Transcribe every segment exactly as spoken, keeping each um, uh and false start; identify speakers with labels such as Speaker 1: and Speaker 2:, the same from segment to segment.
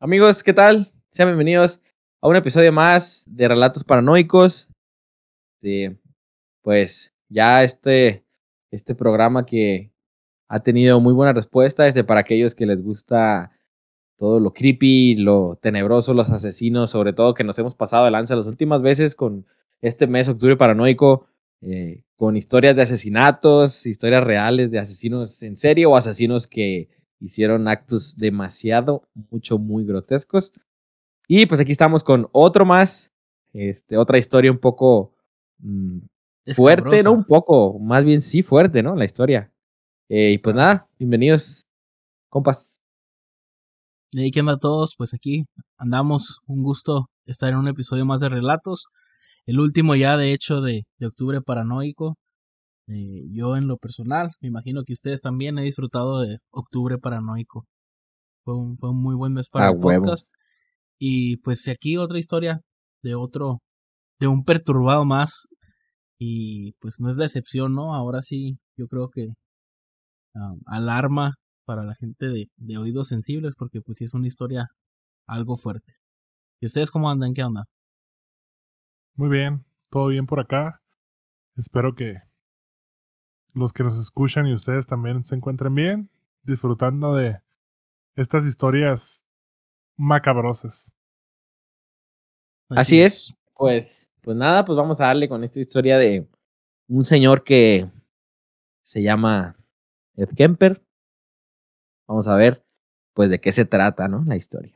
Speaker 1: Amigos, ¿qué tal? Sean bienvenidos a un episodio más de Relatos Paranoicos. De, pues ya este, este programa que ha tenido muy buena respuesta, este para aquellos que les gusta todo lo creepy, lo tenebroso, los asesinos, sobre todo que nos hemos pasado de lanza las últimas veces con este mes Octubre Paranoico, eh, con historias de asesinatos, historias reales de asesinos en serie o asesinos que hicieron actos demasiado, mucho, muy grotescos. Y pues aquí estamos con otro más, este, otra historia un poco mm, fuerte, no
Speaker 2: Escabrosa.
Speaker 1: un poco, más bien sí fuerte, ¿no? La historia. Eh, y pues
Speaker 2: Claro.
Speaker 1: nada, bienvenidos, compas.
Speaker 2: ¿Y ahí qué onda a todos? Pues aquí andamos, un gusto estar en un episodio más de Relatos, el último ya de hecho de, de Octubre Paranoico. Eh, yo en lo personal, me imagino que ustedes también he disfrutado de Octubre Paranoico. Fue un, fue un muy buen mes para
Speaker 1: A
Speaker 2: el
Speaker 1: huevo.
Speaker 2: podcast. Y pues aquí otra historia de otro, de un perturbado más. Y pues no es la excepción, ¿no? Ahora sí, yo creo que um, alarma para la gente de, de oídos sensibles, porque pues sí es una historia algo fuerte. ¿Y ustedes cómo andan? ¿Qué onda?
Speaker 3: Muy bien, todo bien por acá. Espero que los que nos escuchan y ustedes también se encuentren bien, disfrutando de estas historias macabrosas.
Speaker 2: Así
Speaker 1: Así es,
Speaker 2: es.
Speaker 1: pues, pues nada, pues vamos a darle con esta historia de un señor que se llama Ed Kemper. Vamos a ver, pues, de qué se trata, ¿no? La historia.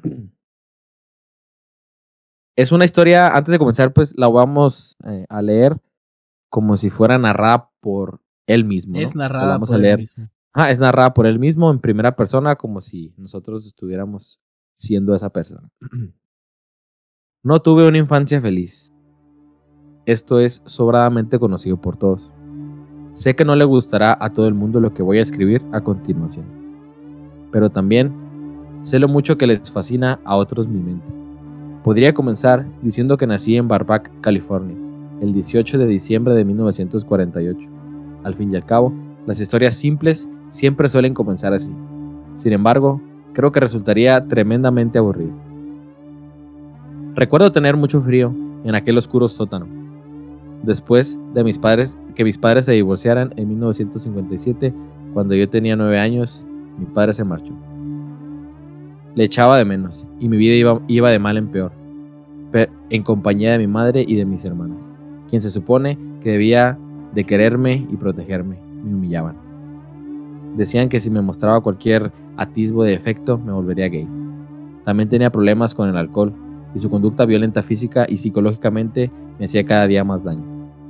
Speaker 1: Es una historia, antes de comenzar, pues la vamos eh, a leer como si fuera narrada por él mismo, ¿no?
Speaker 2: Es
Speaker 1: O sea, la
Speaker 2: narrada
Speaker 1: vamos a
Speaker 2: por él
Speaker 1: leer.
Speaker 2: mismo.
Speaker 1: Ah, es narrada por él mismo en primera persona, como si nosotros estuviéramos siendo esa persona. No tuve una infancia feliz. Esto es sobradamente conocido por todos. Sé que no le gustará a todo el mundo lo que voy a escribir a continuación, pero también sé lo mucho que les fascina a otros mi mente. Podría comenzar diciendo que nací en Burbank, California, el dieciocho de diciembre de mil novecientos cuarenta y ocho. Al fin y al cabo, las historias simples siempre suelen comenzar así. Sin embargo, creo que resultaría tremendamente aburrido. Recuerdo tener mucho frío en aquel oscuro sótano. Después de mis padres, que mis padres se divorciaran en mil novecientos cincuenta y siete, cuando yo tenía nueve años, mi padre se marchó. Le echaba de menos y mi vida iba, iba de mal en peor, en compañía de mi madre y de mis hermanas, quien se supone que debía de quererme y protegerme. Me humillaban. Decían que si me mostraba cualquier atisbo de defecto me volvería gay. También tenía problemas con el alcohol y su conducta violenta física y psicológicamente me hacía cada día más daño.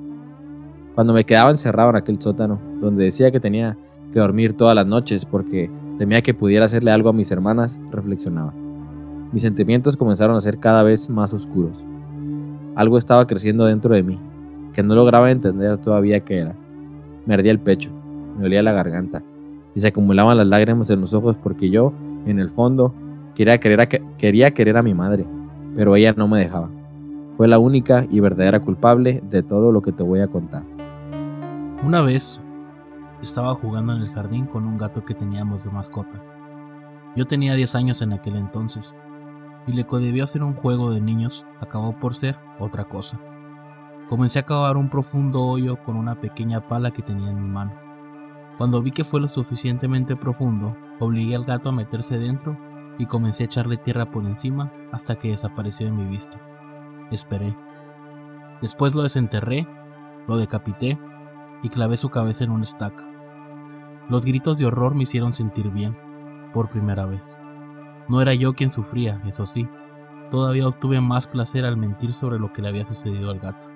Speaker 1: Cuando me quedaba encerrado en aquel sótano, donde decía que tenía que dormir todas las noches porque temía que pudiera hacerle algo a mis hermanas, reflexionaba. Mis sentimientos comenzaron a ser cada vez más oscuros. Algo estaba creciendo dentro de mí, que no lograba entender todavía qué era. Me ardía el pecho, me dolía la garganta, y se acumulaban las lágrimas en los ojos porque yo, en el fondo, quería querer a, quería querer a mi madre, pero ella no me dejaba. Fue la única y verdadera culpable de todo lo que te voy a contar.
Speaker 2: Una vez estaba jugando en el jardín con un gato que teníamos de mascota. Yo tenía diez años en aquel entonces, y lo que debió ser un juego de niños acabó por ser otra cosa. Comencé a cavar un profundo hoyo con una pequeña pala que tenía en mi mano. Cuando vi que fue lo suficientemente profundo, obligué al gato a meterse dentro y comencé a echarle tierra por encima hasta que desapareció de mi vista. Esperé. Después lo desenterré, lo decapité y clavé su cabeza en una estaca. Los gritos de horror me hicieron sentir bien, por primera vez. No era yo quien sufría, eso sí. Todavía obtuve más placer al mentir sobre lo que le había sucedido al gato.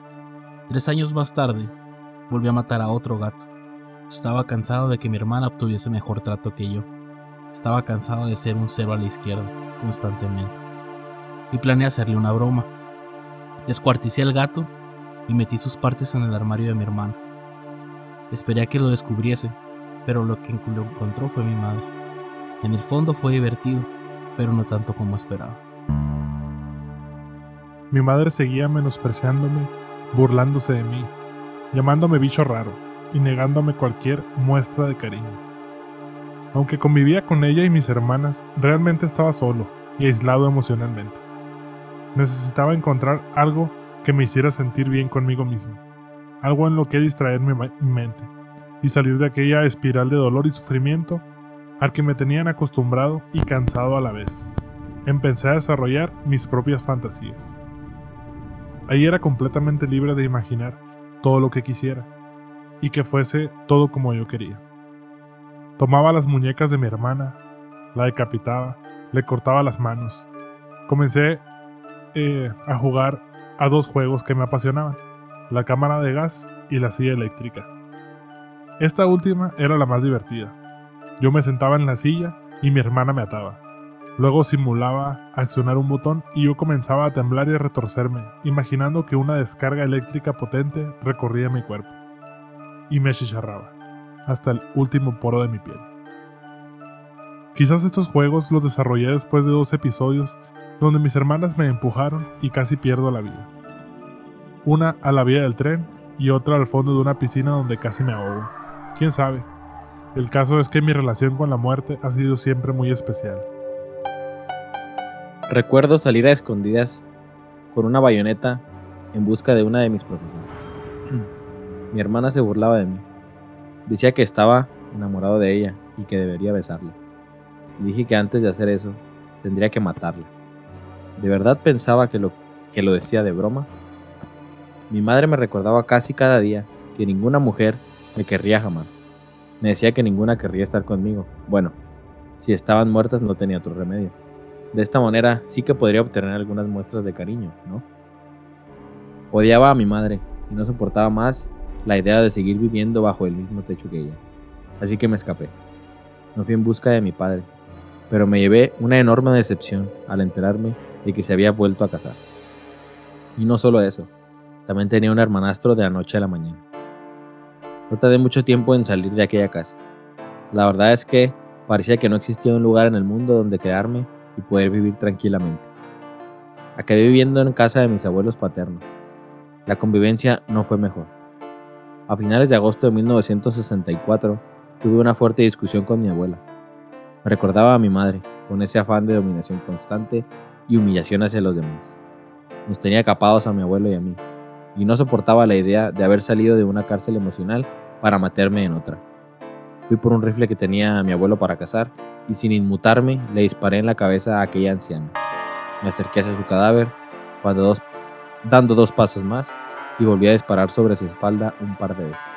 Speaker 2: Tres años más tarde, volví a matar a otro gato. Estaba cansado de que mi hermana obtuviese mejor trato que yo. Estaba cansado de ser un cero a la izquierda, constantemente. Y planeé hacerle una broma. Descuarticé al gato y metí sus partes en el armario de mi hermana. Esperé a que lo descubriese, pero lo que lo encontró fue mi madre. En el fondo fue divertido, pero no tanto como esperaba.
Speaker 3: Mi madre seguía menospreciándome, burlándose de mí, llamándome bicho raro y negándome cualquier muestra de cariño. Aunque convivía con ella y mis hermanas, realmente estaba solo y aislado emocionalmente. Necesitaba encontrar algo que me hiciera sentir bien conmigo mismo, algo en lo que distraer mi mente y salir de aquella espiral de dolor y sufrimiento al que me tenían acostumbrado y cansado a la vez. Empecé a desarrollar mis propias fantasías. Ahí era completamente libre de imaginar todo lo que quisiera y que fuese todo como yo quería. Tomaba las muñecas de mi hermana, la decapitaba, le cortaba las manos. Comencé eh, a jugar a dos juegos que me apasionaban, la cámara de gas y la silla eléctrica. Esta última era la más divertida. Yo me sentaba en la silla y mi hermana me ataba. Luego simulaba accionar un botón y yo comenzaba a temblar y a retorcerme, imaginando que una descarga eléctrica potente recorría mi cuerpo y me achicharraba hasta el último poro de mi piel. Quizás estos juegos los desarrollé después de dos episodios donde mis hermanas me empujaron y casi pierdo la vida. Una a la vía del tren y otra al fondo de una piscina donde casi me ahogo. ¿Quién sabe? El caso es que mi relación con la muerte ha sido siempre muy especial.
Speaker 1: Recuerdo salir a escondidas con una bayoneta en busca de una de mis profesoras. Mi hermana se burlaba de mí. Decía que estaba enamorado de ella y que debería besarla. Y dije que antes de hacer eso, tendría que matarla. ¿De verdad pensaba que lo, que lo decía de broma? Mi madre me recordaba casi cada día que ninguna mujer me querría jamás. Me decía que ninguna querría estar conmigo. Bueno, si estaban muertas no tenía otro remedio. De esta manera sí que podría obtener algunas muestras de cariño, ¿no? Odiaba a mi madre y no soportaba más la idea de seguir viviendo bajo el mismo techo que ella. Así que me escapé. Me fui en busca de mi padre, pero me llevé una enorme decepción al enterarme de que se había vuelto a casar. Y no solo eso, también tenía un hermanastro de la noche a la mañana. No tardé mucho tiempo en salir de aquella casa. La verdad es que parecía que no existía un lugar en el mundo donde quedarme y poder vivir tranquilamente. Acabé viviendo en casa de mis abuelos paternos. La convivencia no fue mejor. A finales de agosto de mil novecientos sesenta y cuatro tuve una fuerte discusión con mi abuela. Me recordaba a mi madre, con ese afán de dominación constante y humillación hacia los demás. Nos tenía capados a mi abuelo y a mí, y no soportaba la idea de haber salido de una cárcel emocional para meterme en otra. Fui por un rifle que tenía a mi abuelo para cazar, y sin inmutarme le disparé en la cabeza a aquella anciana. Me acerqué hacia su cadáver, cuando dos, dando dos pasos más, y volví a disparar sobre su espalda un par de veces.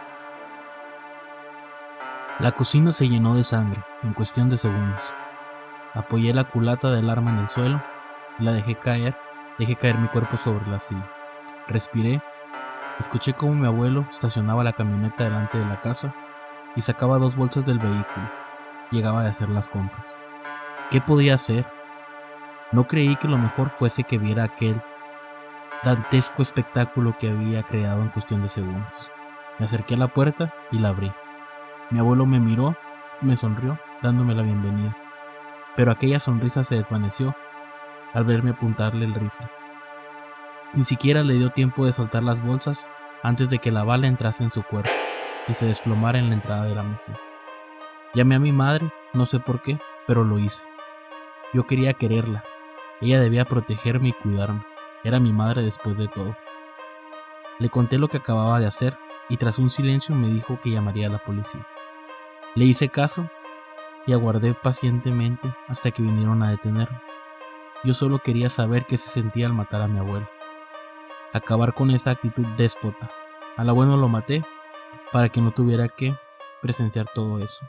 Speaker 2: La cocina se llenó de sangre en cuestión de segundos. Apoyé la culata del arma en el suelo y la dejé caer, dejé caer mi cuerpo sobre la silla. Respiré, escuché cómo mi abuelo estacionaba la camioneta delante de la casa y sacaba dos bolsas del vehículo. Llegaba a hacer las compras. ¿Qué podía hacer? No creí que lo mejor fuese que viera aquel dantesco espectáculo que había creado en cuestión de segundos. Me acerqué a la puerta y la abrí. Mi abuelo me miró, me sonrió, dándome la bienvenida, pero aquella sonrisa se desvaneció al verme apuntarle el rifle. Ni siquiera le dio tiempo de soltar las bolsas antes de que la bala entrase en su cuerpo y se desplomara en la entrada de la misma. Llamé a mi madre, no sé por qué, pero lo hice. Yo quería quererla. Ella debía protegerme y cuidarme. Era mi madre después de todo. Le conté lo que acababa de hacer y tras un silencio me dijo que llamaría a la policía. Le hice caso y aguardé pacientemente hasta que vinieron a detenerme. Yo solo quería saber qué se sentía al matar a mi abuelo. Acabar con esa actitud déspota. Al abuelo lo maté para que no tuviera que presenciar todo eso.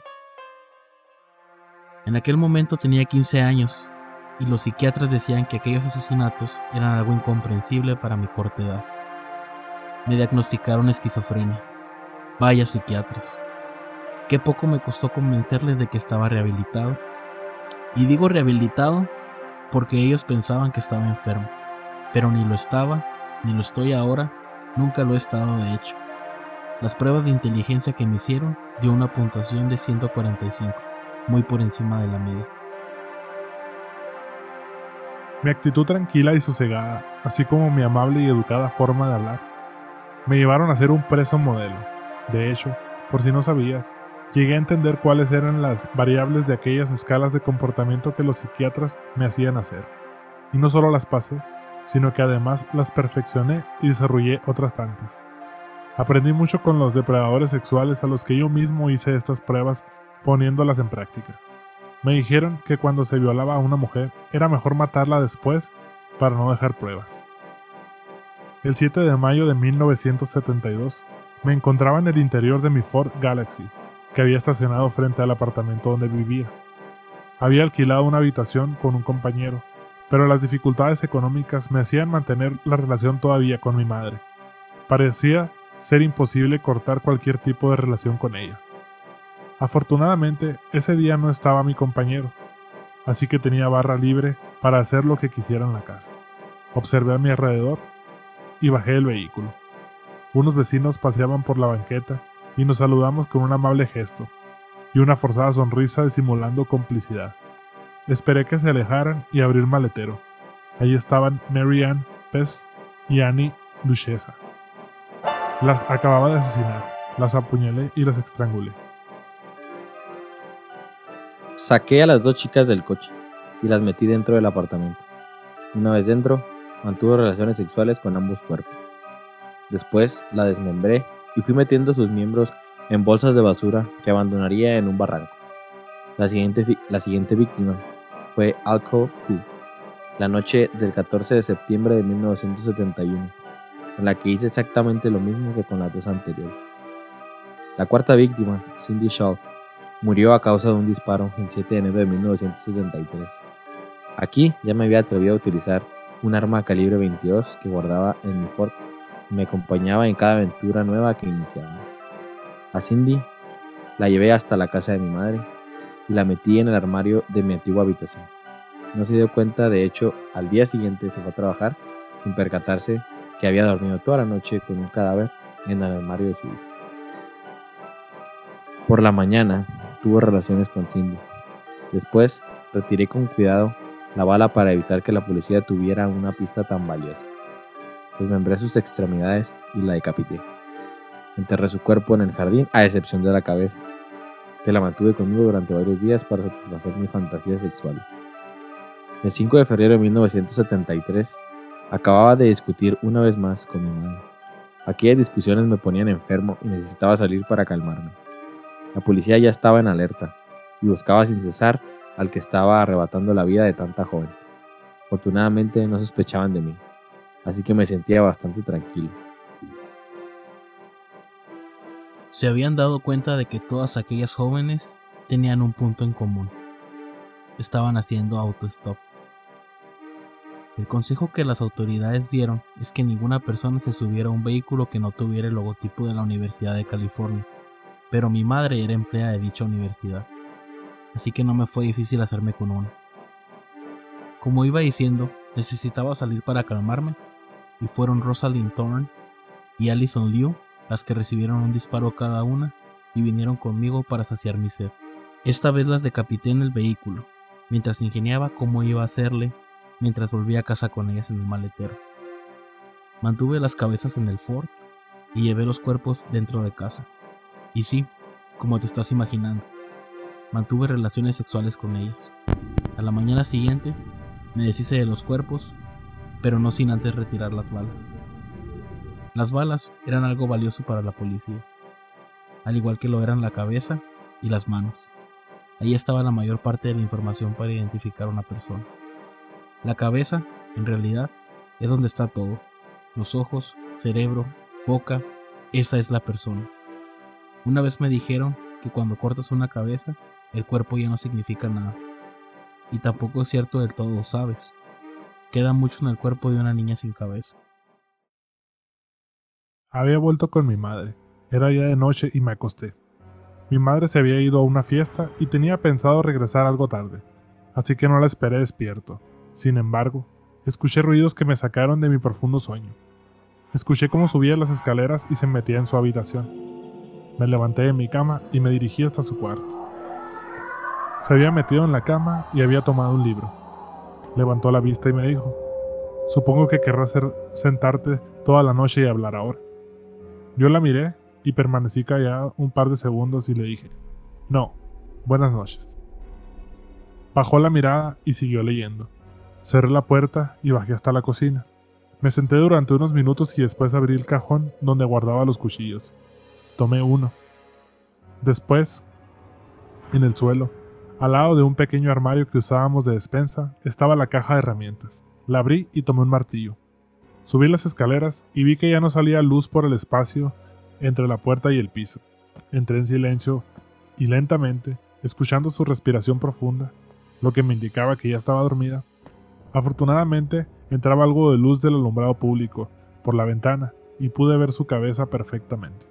Speaker 2: En aquel momento tenía quince años y los psiquiatras decían que aquellos asesinatos eran algo incomprensible para mi corta edad. Me diagnosticaron esquizofrenia. Vaya psiquiatras. Qué poco me costó convencerles de que estaba rehabilitado. Y digo rehabilitado porque ellos pensaban que estaba enfermo. Pero ni lo estaba, ni lo estoy ahora, nunca lo he estado de hecho. Las pruebas de inteligencia que me hicieron dio una puntuación de ciento cuarenta y cinco, muy por encima de la media.
Speaker 3: Mi actitud tranquila y sosegada, así como mi amable y educada forma de hablar, me llevaron a ser un preso modelo. De hecho, por si no sabías, Llegué a entender cuáles eran las variables de aquellas escalas de comportamiento que los psiquiatras me hacían hacer. Y no solo las pasé, sino que además las perfeccioné y desarrollé otras tantas. Aprendí mucho con los depredadores sexuales a los que yo mismo hice estas pruebas poniéndolas en práctica. Me dijeron que cuando se violaba a una mujer era mejor matarla después para no dejar pruebas. El siete de mayo de mil novecientos setenta y dos me encontraba en el interior de mi Ford Galaxy, que había estacionado frente al apartamento donde vivía. Había alquilado una habitación con un compañero, pero las dificultades económicas me hacían mantener la relación todavía con mi madre. Parecía ser imposible cortar cualquier tipo de relación con ella. Afortunadamente, ese día no estaba mi compañero, así que tenía barra libre para hacer lo que quisiera en la casa. Observé a mi alrededor y bajé del vehículo. Unos vecinos paseaban por la banqueta y nos saludamos con un amable gesto y una forzada sonrisa disimulando complicidad. Esperé que se alejaran y abrí el maletero. Allí estaban Mary Ann Pess y Annie Duchesa. Las acababa de asesinar, las apuñalé y las estrangulé.
Speaker 1: Saqué a las dos chicas del coche y las metí dentro del apartamento. Una vez dentro, mantuve relaciones sexuales con ambos cuerpos. Después la desmembré y fui metiendo sus miembros en bolsas de basura que abandonaría en un barranco. La siguiente, la siguiente víctima fue Alco Hu, la noche del catorce de septiembre de mil novecientos setenta y uno, en la que hice exactamente lo mismo que con las dos anteriores. La cuarta víctima, Cindy Shaw, murió a causa de un disparo el siete de enero de mil novecientos setenta y tres. Aquí ya me había atrevido a utilizar un arma calibre veintidós que guardaba en mi Ford y me acompañaba en cada aventura nueva que iniciaba. A Cindy la llevé hasta la casa de mi madre y la metí en el armario de mi antigua habitación. No se dio cuenta, de hecho, al día siguiente se fue a trabajar sin percatarse que había dormido toda la noche con un cadáver en el armario de su hijo. Por la mañana tuvo relaciones con Cindy. Después retiré con cuidado la bala para evitar que la policía tuviera una pista tan valiosa. Desmembré sus extremidades y la decapité. Enterré su cuerpo en el jardín, a excepción de la cabeza, que la mantuve conmigo durante varios días para satisfacer mi fantasía sexual. El cinco de febrero de mil novecientos setenta y tres, acababa de discutir una vez más con mi madre. Aquellas discusiones me ponían enfermo y necesitaba salir para calmarme. La policía ya estaba en alerta y buscaba sin cesar al que estaba arrebatando la vida de tanta joven. Afortunadamente no sospechaban de mí, así que me sentía bastante tranquilo.
Speaker 2: Se habían dado cuenta de que todas aquellas jóvenes tenían un punto en común. Estaban haciendo autostop. El consejo que las autoridades dieron es que ninguna persona se subiera a un vehículo que no tuviera el logotipo de la Universidad de California, pero mi madre era empleada de dicha universidad, así que no me fue difícil hacerme con una. Como iba diciendo, necesitaba salir para calmarme, y fueron Rosalind Thorne y Allison Liu las que recibieron un disparo cada una y vinieron conmigo para saciar mi sed. Esta vez las decapité en el vehículo, mientras ingeniaba cómo iba a hacerle mientras volvía a casa con ellas en el maletero. Mantuve las cabezas en el Ford y llevé los cuerpos dentro de casa. Y sí, como te estás imaginando, mantuve relaciones sexuales con ellas. A la mañana siguiente me deshice de los cuerpos, pero no sin antes retirar las balas. Las balas eran algo valioso para la policía, al igual que lo eran la cabeza y las manos. Ahí estaba la mayor parte de la información para identificar a una persona. La cabeza, en realidad, es donde está todo. Los ojos, cerebro, boca, esa es la persona. Una vez me dijeron que cuando cortas una cabeza, el cuerpo ya no significa nada. Y tampoco es cierto del todo, ¿sabes? Queda mucho en el cuerpo de una niña sin cabeza.
Speaker 3: Había vuelto con mi madre. Era ya de noche y me acosté. Mi madre se había ido a una fiesta y tenía pensado regresar algo tarde, así que no la esperé despierto. Sin embargo, escuché ruidos que me sacaron de mi profundo sueño. Escuché cómo subía las escaleras y se metía en su habitación. Me levanté de mi cama y me dirigí hasta su cuarto. Se había metido en la cama y había tomado un libro. Levantó la vista y me dijo: «Supongo que querrás ser, sentarte toda la noche y hablar ahora». Yo la miré y permanecí callado un par de segundos y le dije: No, buenas noches. Bajó la mirada y siguió leyendo. Cerré la puerta y bajé hasta la cocina. Me senté durante unos minutos y después abrí el cajón donde guardaba los cuchillos. Tomé uno. Después, en el suelo, al lado de un pequeño armario que usábamos de despensa, estaba la caja de herramientas. La abrí y tomé un martillo. Subí las escaleras y vi que ya no salía luz por el espacio entre la puerta y el piso. Entré en silencio y lentamente, escuchando su respiración profunda, lo que me indicaba que ya estaba dormida. Afortunadamente, entraba algo de luz del alumbrado público por la ventana y pude ver su cabeza perfectamente.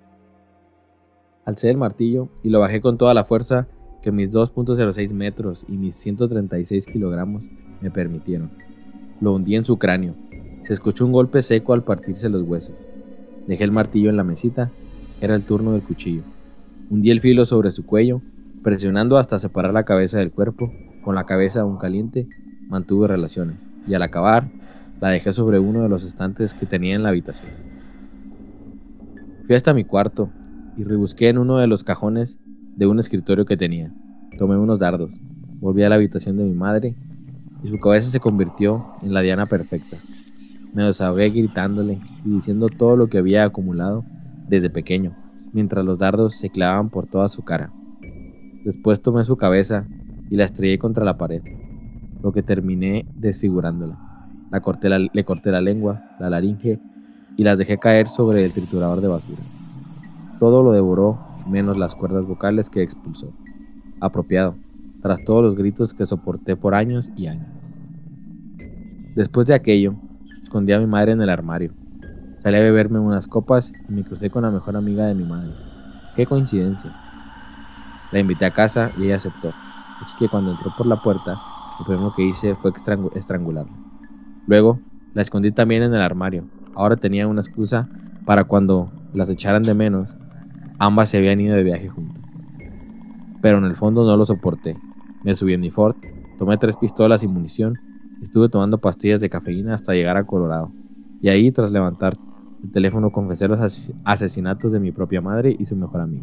Speaker 1: Alcé el martillo y lo bajé con toda la fuerza que mis dos punto cero seis metros y mis ciento treinta y seis kilogramos me permitieron. Lo hundí en su cráneo. Se escuchó un golpe seco al partirse los huesos. Dejé el martillo en la mesita. Era el turno del cuchillo. Hundí el filo sobre su cuello, presionando hasta separar la cabeza del cuerpo. Con la cabeza aún caliente, mantuve relaciones, y al acabar, la dejé sobre uno de los estantes que tenía en la habitación. Fui hasta mi cuarto y rebusqué en uno de los cajones de un escritorio que tenía. Tomé unos dardos, volví a la habitación de mi madre y su cabeza se convirtió en la diana perfecta. Me desahogué gritándole y diciendo todo lo que había acumulado desde pequeño, mientras los dardos se clavaban por toda su cara. Después tomé su cabeza y la estrellé contra la pared, lo que terminé desfigurándola. La corté la, le corté la lengua, la laringe y las dejé caer sobre el triturador de basura. Todo lo devoró, menos las cuerdas vocales que expulsó. Apropiado, tras todos los gritos que soporté por años y años. Después de aquello, escondí a mi madre en el armario. Salí a beberme unas copas y me crucé con la mejor amiga de mi madre. ¡Qué coincidencia! La invité a casa y ella aceptó, así que cuando entró por la puerta, lo primero que hice fue estrangu- estrangularla. Luego, la escondí también en el armario. Ahora tenía una excusa para cuando las echaran de menos, ambas se habían ido de viaje juntas. Pero en el fondo no lo soporté. Me subí en mi Ford, tomé tres pistolas y munición, y estuve tomando pastillas de cafeína hasta llegar a Colorado. Y ahí, tras levantar el teléfono, confesé los as- asesinatos de mi propia madre y su mejor amiga.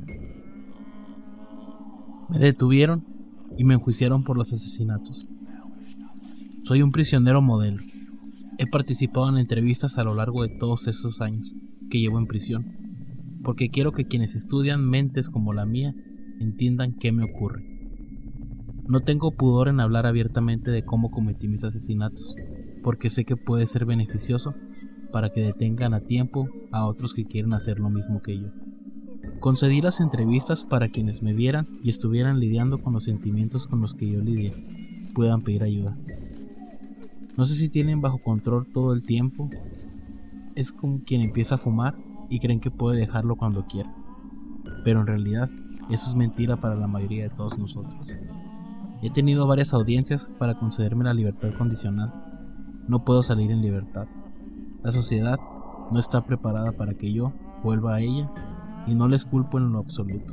Speaker 2: Me detuvieron y me enjuiciaron por los asesinatos. Soy un prisionero modelo. He participado en entrevistas a lo largo de todos esos años que llevo en prisión, porque quiero que quienes estudian mentes como la mía entiendan qué me ocurre. No tengo pudor en hablar abiertamente de cómo cometí mis asesinatos, porque sé que puede ser beneficioso para que detengan a tiempo a otros que quieren hacer lo mismo que yo. Concedí las entrevistas para quienes me vieran y estuvieran lidiando con los sentimientos con los que yo lidié, puedan pedir ayuda. No sé si tienen bajo control todo el tiempo. Es como quien empieza a fumar y creen que puede dejarlo cuando quiera. Pero en realidad, eso es mentira para la mayoría de todos nosotros. He tenido varias audiencias para concederme la libertad condicional. No puedo salir en libertad. La sociedad no está preparada para que yo vuelva a ella y no les culpo en lo absoluto.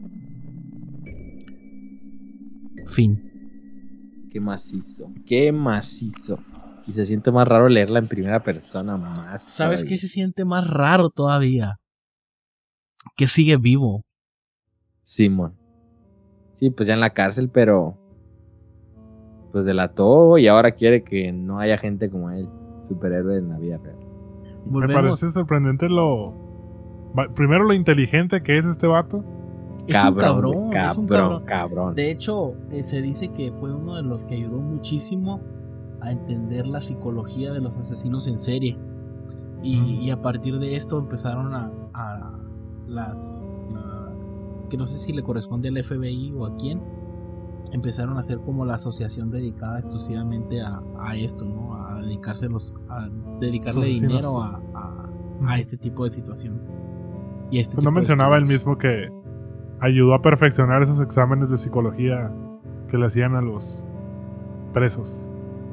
Speaker 2: Fin.
Speaker 1: Qué macizo, qué macizo. Y se siente más raro leerla en primera persona más.
Speaker 2: ¿Sabes
Speaker 1: todavía.
Speaker 2: qué se siente más raro todavía? Que sigue vivo.
Speaker 1: Simón. Sí, pues ya en la cárcel, pero pues delató y ahora quiere que no haya gente como él, superhéroe en la vida real.
Speaker 3: Me
Speaker 2: Volvemos.
Speaker 3: parece sorprendente lo... va- Primero lo inteligente que es este vato.
Speaker 2: Es un cabrón,
Speaker 1: güey,
Speaker 2: es un
Speaker 1: cabrón,
Speaker 2: cabrón.
Speaker 1: cabrón.
Speaker 2: De hecho, eh, se dice que fue uno de los que ayudó muchísimo a entender la psicología de los asesinos en serie. Y,
Speaker 3: Mm.
Speaker 2: y a partir de esto empezaron a, a las... la- que no sé si le corresponde al F B I o a quién. Empezaron a hacer como la asociación dedicada exclusivamente a, a esto, ¿no? A dedicárselos, a dedicarle
Speaker 3: Asesinos.
Speaker 2: dinero a, a, a este tipo de situaciones. Y a este
Speaker 3: Pues no
Speaker 2: tipo de
Speaker 3: mencionaba él
Speaker 2: estudios.
Speaker 3: mismo que ayudó a perfeccionar esos exámenes de psicología que le hacían a los presos.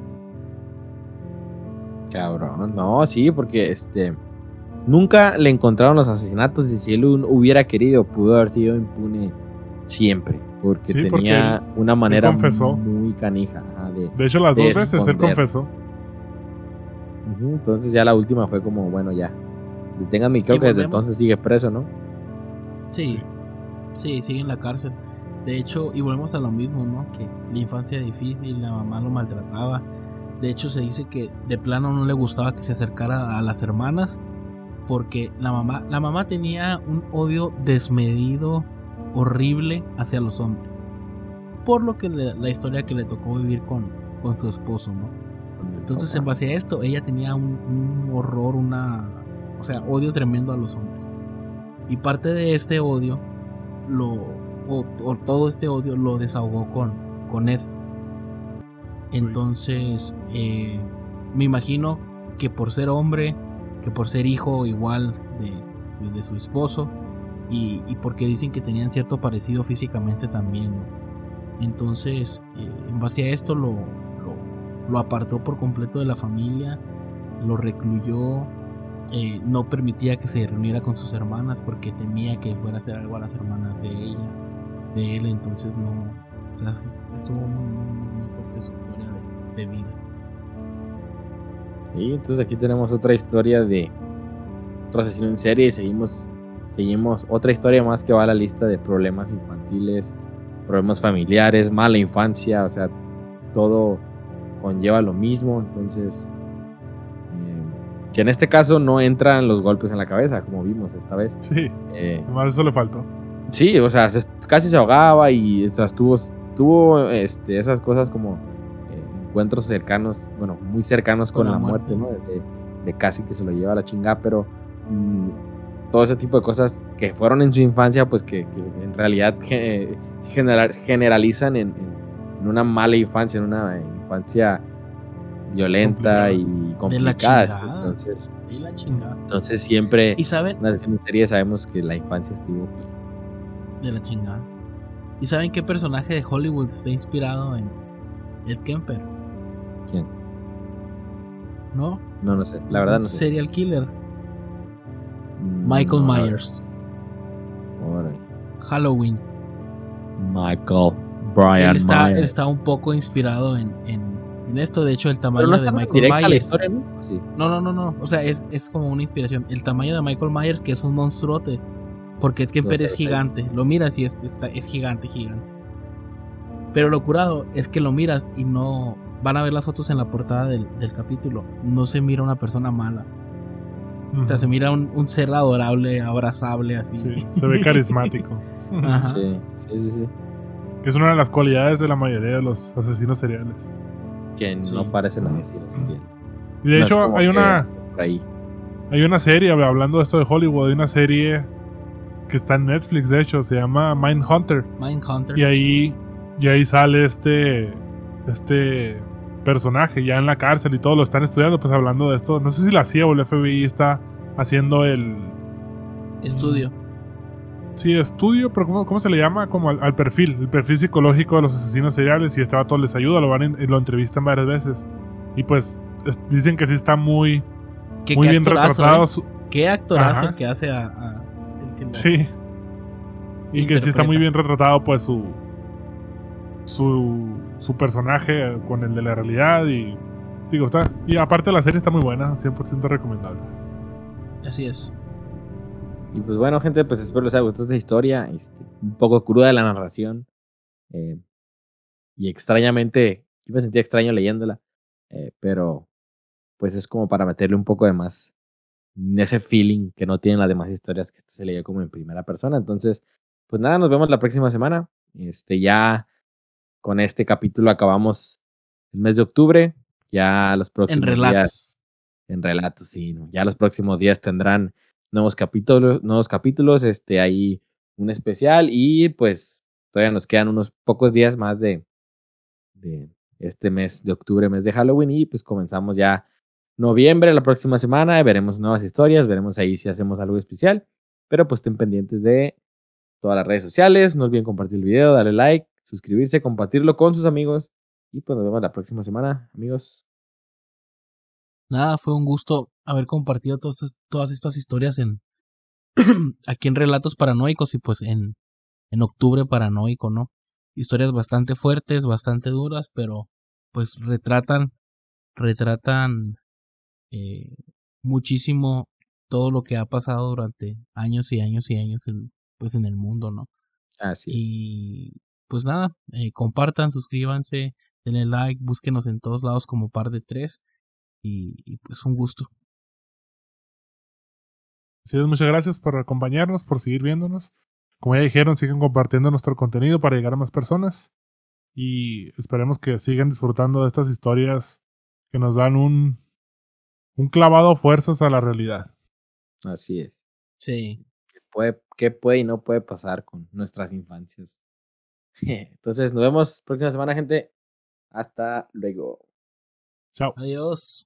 Speaker 1: Cabrón, no, sí, porque este nunca le encontraron los asesinatos y si él un- hubiera querido pudo haber sido impune siempre, porque
Speaker 3: Sí, porque
Speaker 1: tenía
Speaker 3: él-
Speaker 1: una manera
Speaker 3: confesó.
Speaker 1: muy canija, ajá, de,
Speaker 3: De hecho, las
Speaker 1: de
Speaker 3: dos veces él
Speaker 1: esconder.
Speaker 3: confesó.
Speaker 1: Ujú, entonces ya la última fue como, bueno, ya, deténganme y creo
Speaker 2: Y
Speaker 1: que desde
Speaker 2: volvemos.
Speaker 1: entonces sigue preso, ¿no?
Speaker 2: Sí,
Speaker 3: Sí.
Speaker 2: sí, sigue en la cárcel. De hecho, y volvemos a lo mismo, ¿no? Que la infancia difícil, la mamá lo maltrataba. De hecho, se dice que de plano no le gustaba que se acercara a las hermanas, porque la mamá, la mamá tenía un odio desmedido, horrible hacia los hombres. Por lo que le, la historia que le tocó vivir con, con su esposo, ¿no? Entonces, en base a esto, ella tenía un, un horror, una, o sea, odio tremendo a los hombres. Y parte de este odio, lo, o, o todo este odio, lo desahogó con, con Ed. Entonces, eh, me imagino que por ser hombre, que por ser hijo igual de, de su esposo, y, y porque dicen que tenían cierto parecido físicamente también, ¿no? Entonces, eh, en base a esto, lo, lo, lo apartó por completo de la familia, lo recluyó, eh, no permitía que se reuniera con sus hermanas porque temía que fuera a hacer algo a las hermanas de ella, de él. Entonces, no, o sea, estuvo muy, muy, muy fuerte su historia de, de vida.
Speaker 1: Y entonces aquí tenemos otra historia de otro asesino en serie y seguimos, seguimos otra historia más que va a la lista de problemas infantiles, problemas familiares, mala infancia, o sea, todo conlleva lo mismo. Entonces, eh, que en este caso no entran los golpes en la cabeza, como vimos esta vez.
Speaker 3: Sí,
Speaker 1: eh,
Speaker 3: nomás eso le faltó.
Speaker 1: Sí, o sea, se, casi se ahogaba y o sea, estuvo, tuvo este, esas cosas como eh, encuentros cercanos, bueno, muy cercanos con, con la, la muerte, muerte, ¿no? De, de casi que se lo lleva a la chingada, pero mmm, todo ese tipo de cosas que fueron en su infancia, pues que, que en realidad ge, general, generalizan en, en, en una mala infancia, en una infancia violenta complicada. y complicada.
Speaker 2: De la chingada.
Speaker 1: Entonces,
Speaker 2: de la chingada.
Speaker 1: entonces siempre
Speaker 2: ¿Y saben?
Speaker 1: en una sesión de serie sabemos que la infancia estuvo
Speaker 2: de la chingada. ¿Y saben qué personaje de Hollywood está inspirado en Ed Kemper?
Speaker 1: ¿Quién?
Speaker 2: ¿No?
Speaker 1: No, no sé, la verdad
Speaker 2: Un
Speaker 1: no sé.
Speaker 2: Serial killer. Michael
Speaker 1: no,
Speaker 2: Myers.
Speaker 1: Órale.
Speaker 2: Halloween.
Speaker 1: Michael Brian
Speaker 2: él está,
Speaker 1: Myers.
Speaker 2: Él está un poco inspirado en, en, en esto. De hecho, el tamaño
Speaker 1: Pero no
Speaker 2: de
Speaker 1: está
Speaker 2: Michael Myers.
Speaker 1: La historia, ¿no? Sí.
Speaker 2: no, no, no, no. O sea, es, es como una inspiración. El tamaño de Michael Myers, que es un monstruote. Porque Ed Kemper es gigante. Lo miras y es, está, es gigante, gigante. Pero lo curado es que lo miras y no. Van a ver las fotos en la portada del, del capítulo. No se mira una persona mala. Uh-huh. O sea, se mira un, un ser adorable, abrazable, así.
Speaker 3: Sí, se ve carismático.
Speaker 2: Ajá.
Speaker 1: Sí, sí, sí, sí.
Speaker 3: Que es una de las cualidades de la mayoría de los asesinos seriales.
Speaker 1: Que sí. no parecen asesinos. Uh-huh.
Speaker 3: Y de no hecho, hay una.
Speaker 1: Ahí.
Speaker 3: Hay una serie, hablando de esto de Hollywood, hay una serie que está en Netflix, de hecho, se llama Mindhunter.
Speaker 2: Mindhunter.
Speaker 3: Y ahí, y ahí sale este. Este. personaje ya en la cárcel y todo lo están estudiando, pues hablando de esto. No sé si la C I A o el F B I está haciendo el
Speaker 2: estudio.
Speaker 3: Sí, estudio, pero ¿cómo, cómo se le llama? Como al, al perfil, el perfil psicológico de los asesinos seriales. Y este vato les ayuda, lo van en, lo entrevistan varias veces. Y pues es, dicen que sí está muy,
Speaker 2: ¿Qué,
Speaker 3: muy
Speaker 2: qué
Speaker 3: bien
Speaker 2: actorazo,
Speaker 3: retratado.
Speaker 2: ¿eh?
Speaker 3: Su...
Speaker 2: Qué actorazo el que hace a, a el que
Speaker 3: sí. Y interpreta. Que sí está muy bien retratado, pues su su su personaje con el de la realidad. Y digo, está. Y aparte la serie está muy buena, cien por ciento recomendable.
Speaker 2: Así es.
Speaker 1: Y pues bueno, gente, pues espero les haya gustado esta historia. Este, un poco cruda de la narración. Eh, y extrañamente, yo me sentía extraño leyéndola. Eh, pero pues es como para meterle un poco de más ese feeling que no tienen las demás historias que se leía como en primera persona. Entonces, pues nada, nos vemos la próxima semana. Este, ya con este capítulo acabamos el mes de octubre. Ya los próximos
Speaker 2: en relatos.
Speaker 1: días. En relatos, sí. ¿no? Ya los próximos días tendrán nuevos capítulos, nuevos capítulos. Este, hay un especial. Y pues todavía nos quedan unos pocos días más de, de este mes de octubre, mes de Halloween. Y pues comenzamos ya noviembre, la próxima semana. Veremos nuevas historias. Veremos ahí si hacemos algo especial. Pero pues estén pendientes de todas las redes sociales. No olviden compartir el video, darle like, suscribirse, compartirlo con sus amigos. Y pues nos vemos la próxima semana, amigos.
Speaker 2: Nada, fue un gusto haber compartido todas, todas estas historias en aquí en Relatos Paranoicos y pues en, en Octubre Paranoico, ¿no? Historias bastante fuertes, bastante duras, pero pues retratan, retratan eh, muchísimo todo lo que ha pasado durante años y años y años en, pues en el mundo, ¿no?
Speaker 1: Así es.
Speaker 2: Y pues nada, eh, compartan, suscríbanse, denle like, búsquenos en todos lados como Par de Tres. Y, y pues un gusto.
Speaker 3: Así es, muchas gracias por acompañarnos, por seguir viéndonos. Como ya dijeron, sigan compartiendo nuestro contenido para llegar a más personas. Y esperemos que sigan disfrutando de estas historias que nos dan un, un clavado a fuerzas a la realidad.
Speaker 1: Así es.
Speaker 2: Sí.
Speaker 1: ¿Qué puede, qué puede y no puede pasar con nuestras infancias? Entonces, nos vemos próxima semana, gente. Hasta luego.
Speaker 3: Chao.
Speaker 2: Adiós.